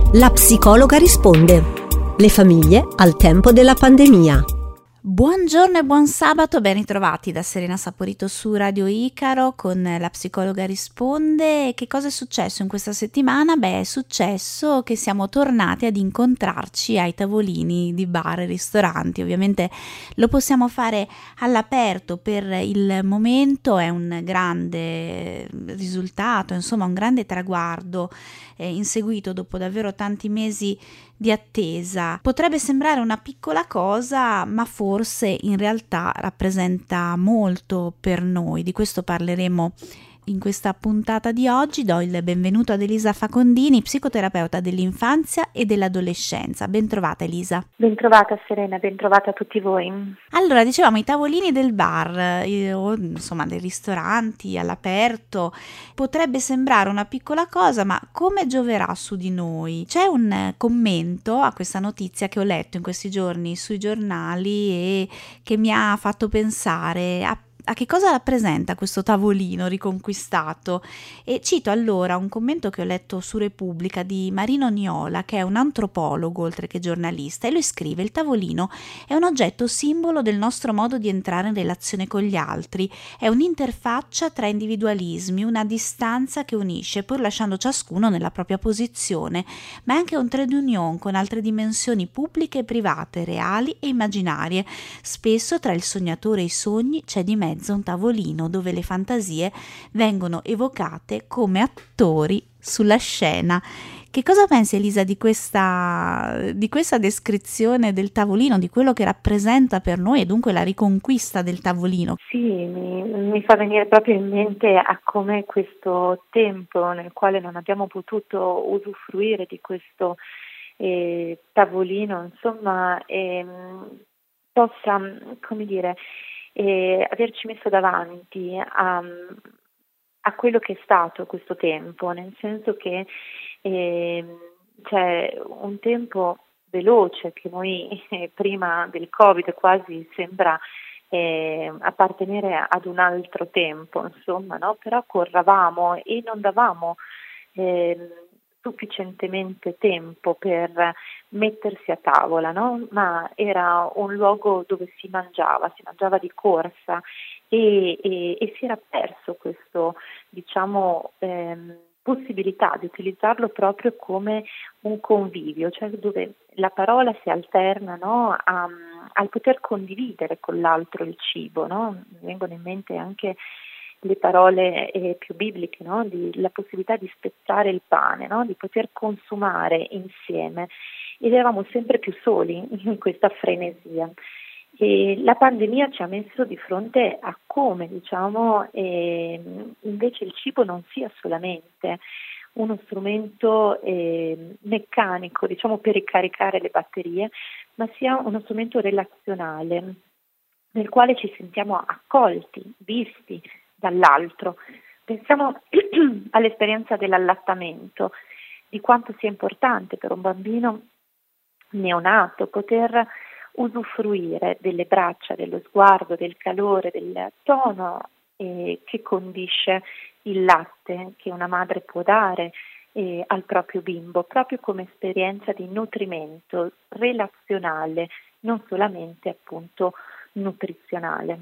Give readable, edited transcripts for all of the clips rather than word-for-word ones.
La psicologa risponde. Le famiglie al tempo della pandemia. Buongiorno e buon sabato, ben ritrovati da Serena Saporito su Radio Icaro con La psicologa risponde. Che cosa è successo in questa settimana? È successo che siamo tornati ad incontrarci ai tavolini di bar e ristoranti. Ovviamente lo possiamo fare all'aperto per il momento, è un grande risultato, insomma un grande traguardo inseguito dopo davvero tanti mesi di attesa. Potrebbe sembrare una piccola cosa, ma forse in realtà rappresenta molto per noi. Di questo parleremo in questa puntata di oggi. Do il benvenuto ad Elisa Facondini, psicoterapeuta dell'infanzia e dell'adolescenza. Bentrovata Elisa. Bentrovata Serena, bentrovata a tutti voi. Allora, dicevamo i tavolini del bar o insomma dei ristoranti all'aperto. Potrebbe sembrare una piccola cosa, ma come gioverà su di noi? C'è un commento a questa notizia che ho letto in questi giorni sui giornali e che mi ha fatto pensare a che cosa rappresenta questo tavolino riconquistato. E cito allora un commento che ho letto su Repubblica di Marino Niola, che è un antropologo oltre che giornalista, e lui scrive: il tavolino è un oggetto simbolo del nostro modo di entrare in relazione con gli altri, è un'interfaccia tra individualismi, una distanza che unisce pur lasciando ciascuno nella propria posizione, ma è anche un trade union con altre dimensioni pubbliche e private, reali e immaginarie. Spesso tra il sognatore e i sogni c'è di mezzo un tavolino dove le fantasie vengono evocate come attori sulla scena. Che cosa pensi Elisa di questa descrizione del tavolino, di quello che rappresenta per noi e dunque la riconquista del tavolino? Sì, mi fa venire proprio in mente a come questo tempo nel quale non abbiamo potuto usufruire di questo tavolino, insomma, possa, come dire, averci messo davanti a quello che è stato questo tempo, nel senso che c'è un tempo veloce che noi prima del Covid quasi sembra appartenere ad un altro tempo, insomma, no? Però corravamo e non davamo sufficientemente tempo per mettersi a tavola, no? Ma era un luogo dove si mangiava di corsa e si era perso questo, diciamo, possibilità di utilizzarlo proprio come un convivio, cioè dove la parola si alterna, no? Al poter condividere con l'altro il cibo, no? Mi vengono in mente anche le parole più bibliche, no? La possibilità di spezzare il pane, no? Di poter consumare insieme, ed eravamo sempre più soli in questa frenesia. E la pandemia ci ha messo di fronte a come, diciamo, invece il cibo non sia solamente uno strumento meccanico, diciamo, per ricaricare le batterie, ma sia uno strumento relazionale nel quale ci sentiamo accolti, visti dall'altro. Pensiamo all'esperienza dell'allattamento, di quanto sia importante per un bambino neonato poter usufruire delle braccia, dello sguardo, del calore, del tono che condisce il latte che una madre può dare al proprio bimbo, proprio come esperienza di nutrimento relazionale, non solamente appunto nutrizionale.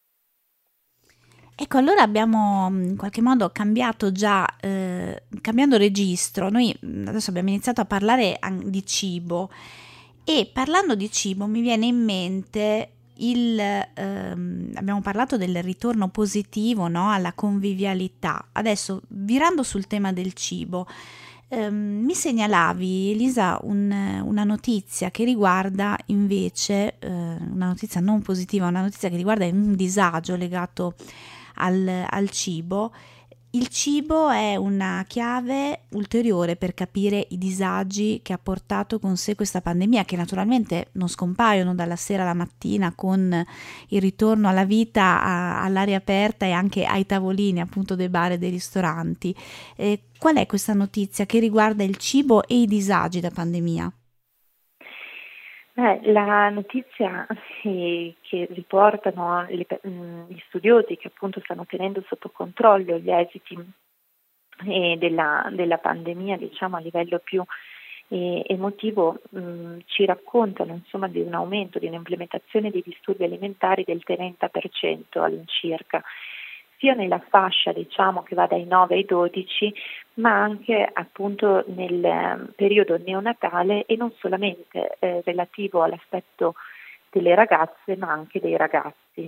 Ecco, allora abbiamo in qualche modo cambiato cambiando registro. Noi adesso abbiamo iniziato a parlare di cibo e parlando di cibo mi viene in mente abbiamo parlato del ritorno positivo, no, alla convivialità. Adesso, virando sul tema del cibo, mi segnalavi, Elisa, una notizia che riguarda invece, una notizia non positiva, una notizia che riguarda un disagio legato al cibo. Il cibo è una chiave ulteriore per capire i disagi che ha portato con sé questa pandemia, che naturalmente non scompaiono dalla sera alla mattina con il ritorno alla vita, all'aria aperta e anche ai tavolini appunto dei bar e dei ristoranti. Qual è questa notizia che riguarda il cibo e i disagi da pandemia? La notizia che riportano gli studiosi che appunto stanno tenendo sotto controllo gli esiti della pandemia, diciamo a livello più emotivo ci raccontano insomma di un aumento, di un'implementazione dei disturbi alimentari del 30% all'incirca, sia nella fascia diciamo che va dai 9 ai 12, ma anche appunto nel periodo neonatale e non solamente relativo all'aspetto delle ragazze ma anche dei ragazzi.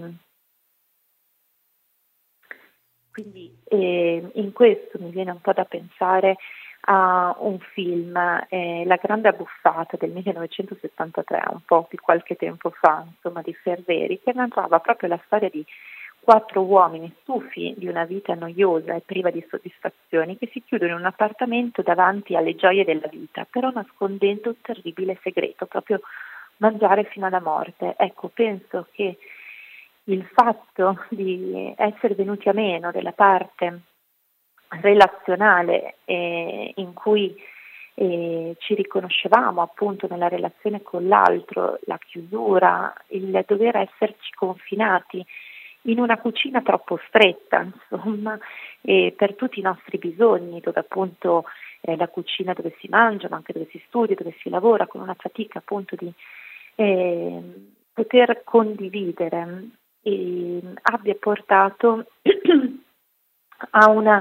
Quindi in questo mi viene un po' da pensare a un film, La grande abbuffata del 1973, un po' di qualche tempo fa, insomma, di Ferreri, che narrava proprio la storia di 4 uomini stufi di una vita noiosa e priva di soddisfazioni che si chiudono in un appartamento davanti alle gioie della vita, però nascondendo un terribile segreto, proprio mangiare fino alla morte. Ecco, penso che il fatto di essere venuti a meno della parte relazionale in cui ci riconoscevamo appunto nella relazione con l'altro, la chiusura, il dover esserci confinati in una cucina troppo stretta, insomma, per tutti i nostri bisogni, dove appunto la cucina dove si mangia, ma anche dove si studia, dove si lavora, con una fatica appunto di poter condividere, abbia portato a una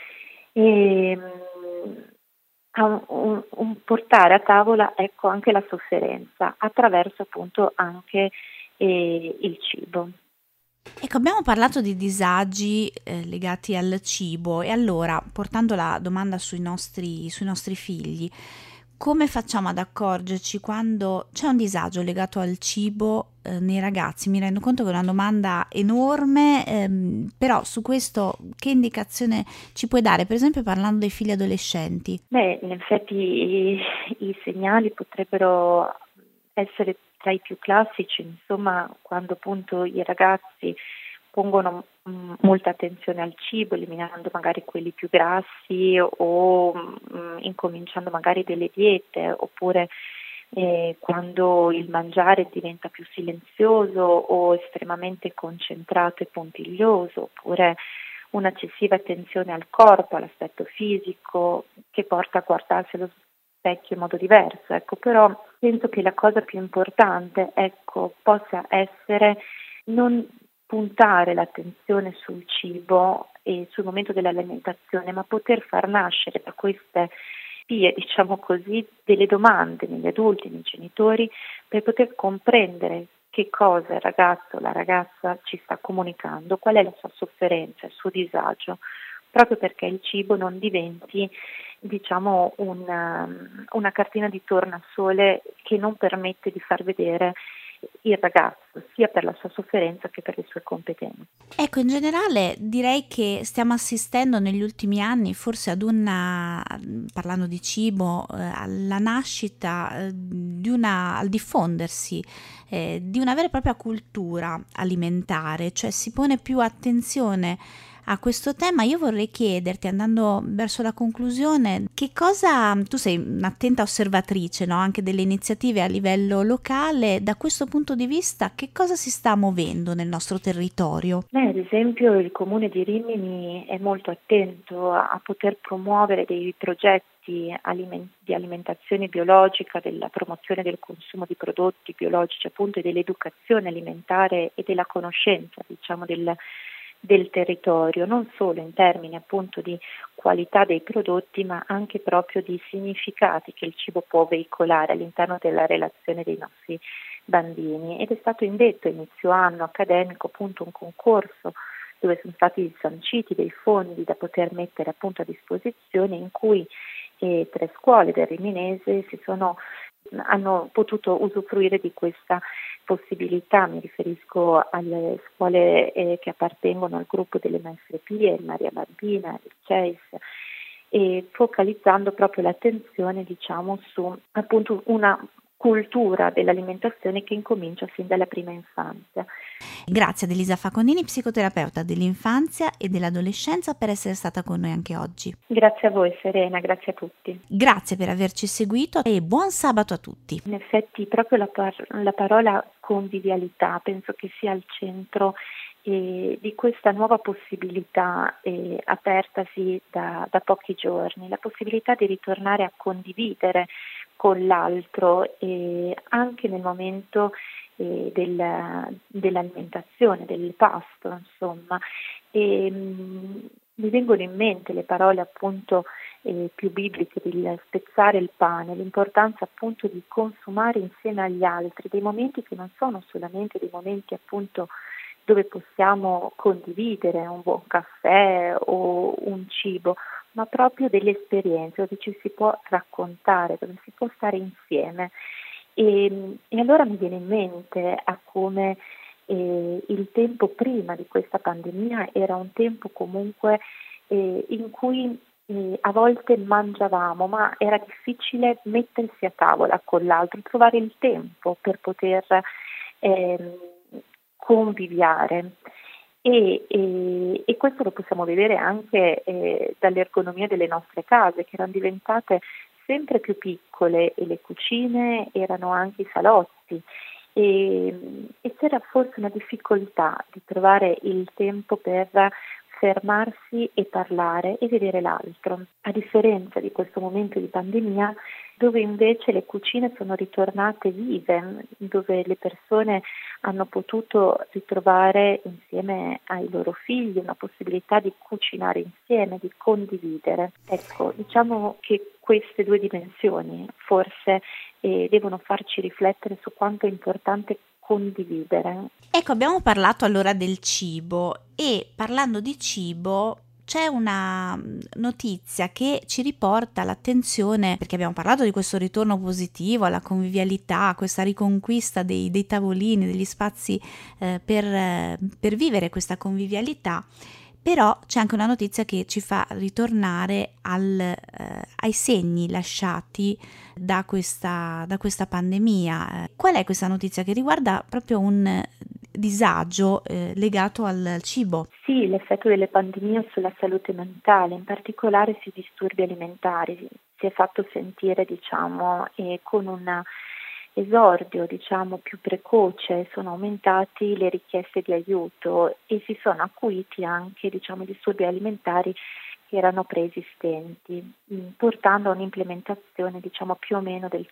a un portare a tavola, ecco, anche la sofferenza attraverso appunto anche il cibo. Ecco, abbiamo parlato di disagi legati al cibo e allora, portando la domanda sui nostri figli, come facciamo ad accorgerci quando c'è un disagio legato al cibo nei ragazzi? Mi rendo conto che è una domanda enorme, però su questo che indicazione ci puoi dare, per esempio parlando dei figli adolescenti? Beh, in effetti i segnali potrebbero essere tra i più classici, insomma, quando appunto i ragazzi pongono molta attenzione al cibo, eliminando magari quelli più grassi o incominciando magari delle diete, oppure quando il mangiare diventa più silenzioso o estremamente concentrato e puntiglioso, oppure un'eccessiva attenzione al corpo, all'aspetto fisico, che porta a guardarsi allo specchio in modo diverso. Ecco, però penso che la cosa più importante, ecco, possa essere non puntare l'attenzione sul cibo e sul momento dell'alimentazione, ma poter far nascere da queste vie, diciamo così, delle domande negli adulti, nei genitori, per poter comprendere che cosa il ragazzo, la ragazza ci sta comunicando, qual è la sua sofferenza, il suo disagio, proprio perché il cibo non diventi, diciamo, una cartina di tornasole che non permette di far vedere il ragazzo, sia per la sua sofferenza che per le sue competenze. Ecco, in generale direi che stiamo assistendo negli ultimi anni forse parlando di cibo, alla nascita al diffondersi di una vera e propria cultura alimentare, cioè si pone più attenzione a questo tema. Io vorrei chiederti, andando verso la conclusione, che cosa, tu sei un'attenta osservatrice, no? Anche delle iniziative a livello locale, da questo punto di vista che cosa si sta muovendo nel nostro territorio? Ad esempio il Comune di Rimini è molto attento a poter promuovere dei progetti di alimentazione biologica, della promozione del consumo di prodotti biologici appunto e dell'educazione alimentare e della conoscenza, diciamo, del territorio, non solo in termini appunto di qualità dei prodotti, ma anche proprio di significati che il cibo può veicolare all'interno della relazione dei nostri bambini. Ed è stato indetto inizio anno accademico appunto un concorso dove sono stati sanciti dei fondi da poter mettere appunto a disposizione, in cui 3 scuole del Riminese hanno potuto usufruire di questa possibilità. Mi riferisco alle scuole che appartengono al gruppo delle Maestre Pie, il Maria Bambina, il CEIS, e focalizzando proprio l'attenzione, diciamo, su appunto una cultura dell'alimentazione che incomincia sin dalla prima infanzia. Grazie ad Elisa Facondini, psicoterapeuta dell'infanzia e dell'adolescenza, per essere stata con noi anche oggi. Grazie a voi Serena, grazie a tutti. Grazie per averci seguito e buon sabato a tutti. In effetti proprio la parola convivialità penso che sia al centro di questa nuova possibilità apertasi da pochi giorni, la possibilità di ritornare a condividere con l'altro e anche nel momento dell'alimentazione, del pasto, insomma. Mi vengono in mente le parole appunto più bibliche del spezzare il pane, l'importanza appunto di consumare insieme agli altri, dei momenti che non sono solamente dei momenti appunto dove possiamo condividere un buon caffè o un cibo, ma proprio delle esperienze dove ci si può raccontare, dove si può stare insieme. E allora mi viene in mente a come il tempo prima di questa pandemia era un tempo comunque in cui a volte mangiavamo, ma era difficile mettersi a tavola con l'altro, trovare il tempo per poter conviviare. E questo lo possiamo vedere anche dall'ergonomia delle nostre case, che erano diventate sempre più piccole e le cucine erano anche i salotti e c'era forse una difficoltà di trovare il tempo per fermarsi e parlare e vedere l'altro, a differenza di questo momento di pandemia dove invece le cucine sono ritornate vive, dove le persone hanno potuto ritrovare insieme ai loro figli una possibilità di cucinare insieme, di condividere. Ecco, diciamo che queste due dimensioni forse devono farci riflettere su quanto è importante condividere. Ecco, abbiamo parlato allora del cibo e parlando di cibo c'è una notizia che ci riporta l'attenzione, perché abbiamo parlato di questo ritorno positivo alla convivialità, questa riconquista dei tavolini, degli spazi per vivere questa convivialità. Però c'è anche una notizia che ci fa ritornare ai segni lasciati da questa pandemia. Qual è questa notizia che riguarda proprio un disagio legato al cibo? Sì, l'effetto delle pandemie sulla salute mentale, in particolare sui disturbi alimentari, si è fatto sentire, con un esordio, più precoce, sono aumentati le richieste di aiuto e si sono acuiti anche, i disturbi alimentari che erano preesistenti, portando a un'implementazione, più o meno del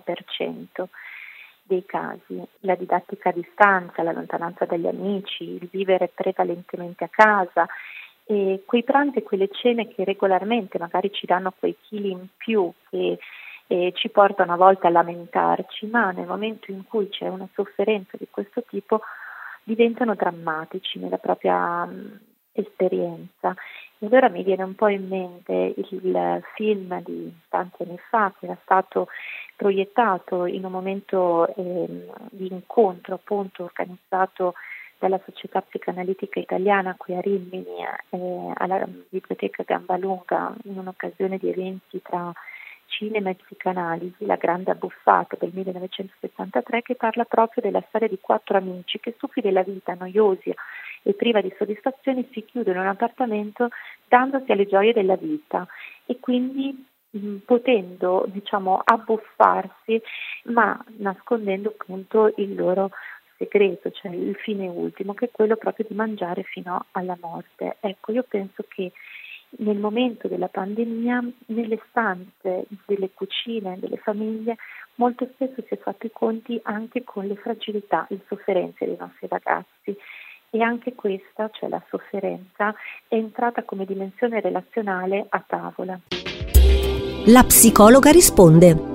30% dei casi. La didattica a distanza, la lontananza dagli amici, il vivere prevalentemente a casa e quei pranzi e quelle cene che regolarmente magari ci danno quei chili in più che ci portano a volte a lamentarci, ma nel momento in cui c'è una sofferenza di questo tipo diventano drammatici nella propria esperienza. E allora mi viene un po' in mente il film di tanti anni fa che era stato proiettato in un momento di incontro appunto organizzato dalla Società Psicanalitica Italiana qui a Rimini alla Biblioteca Gambalunga in un'occasione di eventi tra cinema e psicanalisi, La Grande Abbuffata del 1973, che parla proprio della storia di 4 amici che stufi della vita, noiosi e priva di soddisfazioni si chiudono in un appartamento dandosi alle gioie della vita e quindi potendo abbuffarsi ma nascondendo appunto il loro segreto, cioè il fine ultimo che è quello proprio di mangiare fino alla morte. Ecco, io penso che nel momento della pandemia, nelle stanze delle cucine, delle famiglie, molto spesso si è fatto i conti anche con le fragilità, le sofferenze dei nostri ragazzi e anche questa, cioè la sofferenza, è entrata come dimensione relazionale a tavola. La psicologa risponde.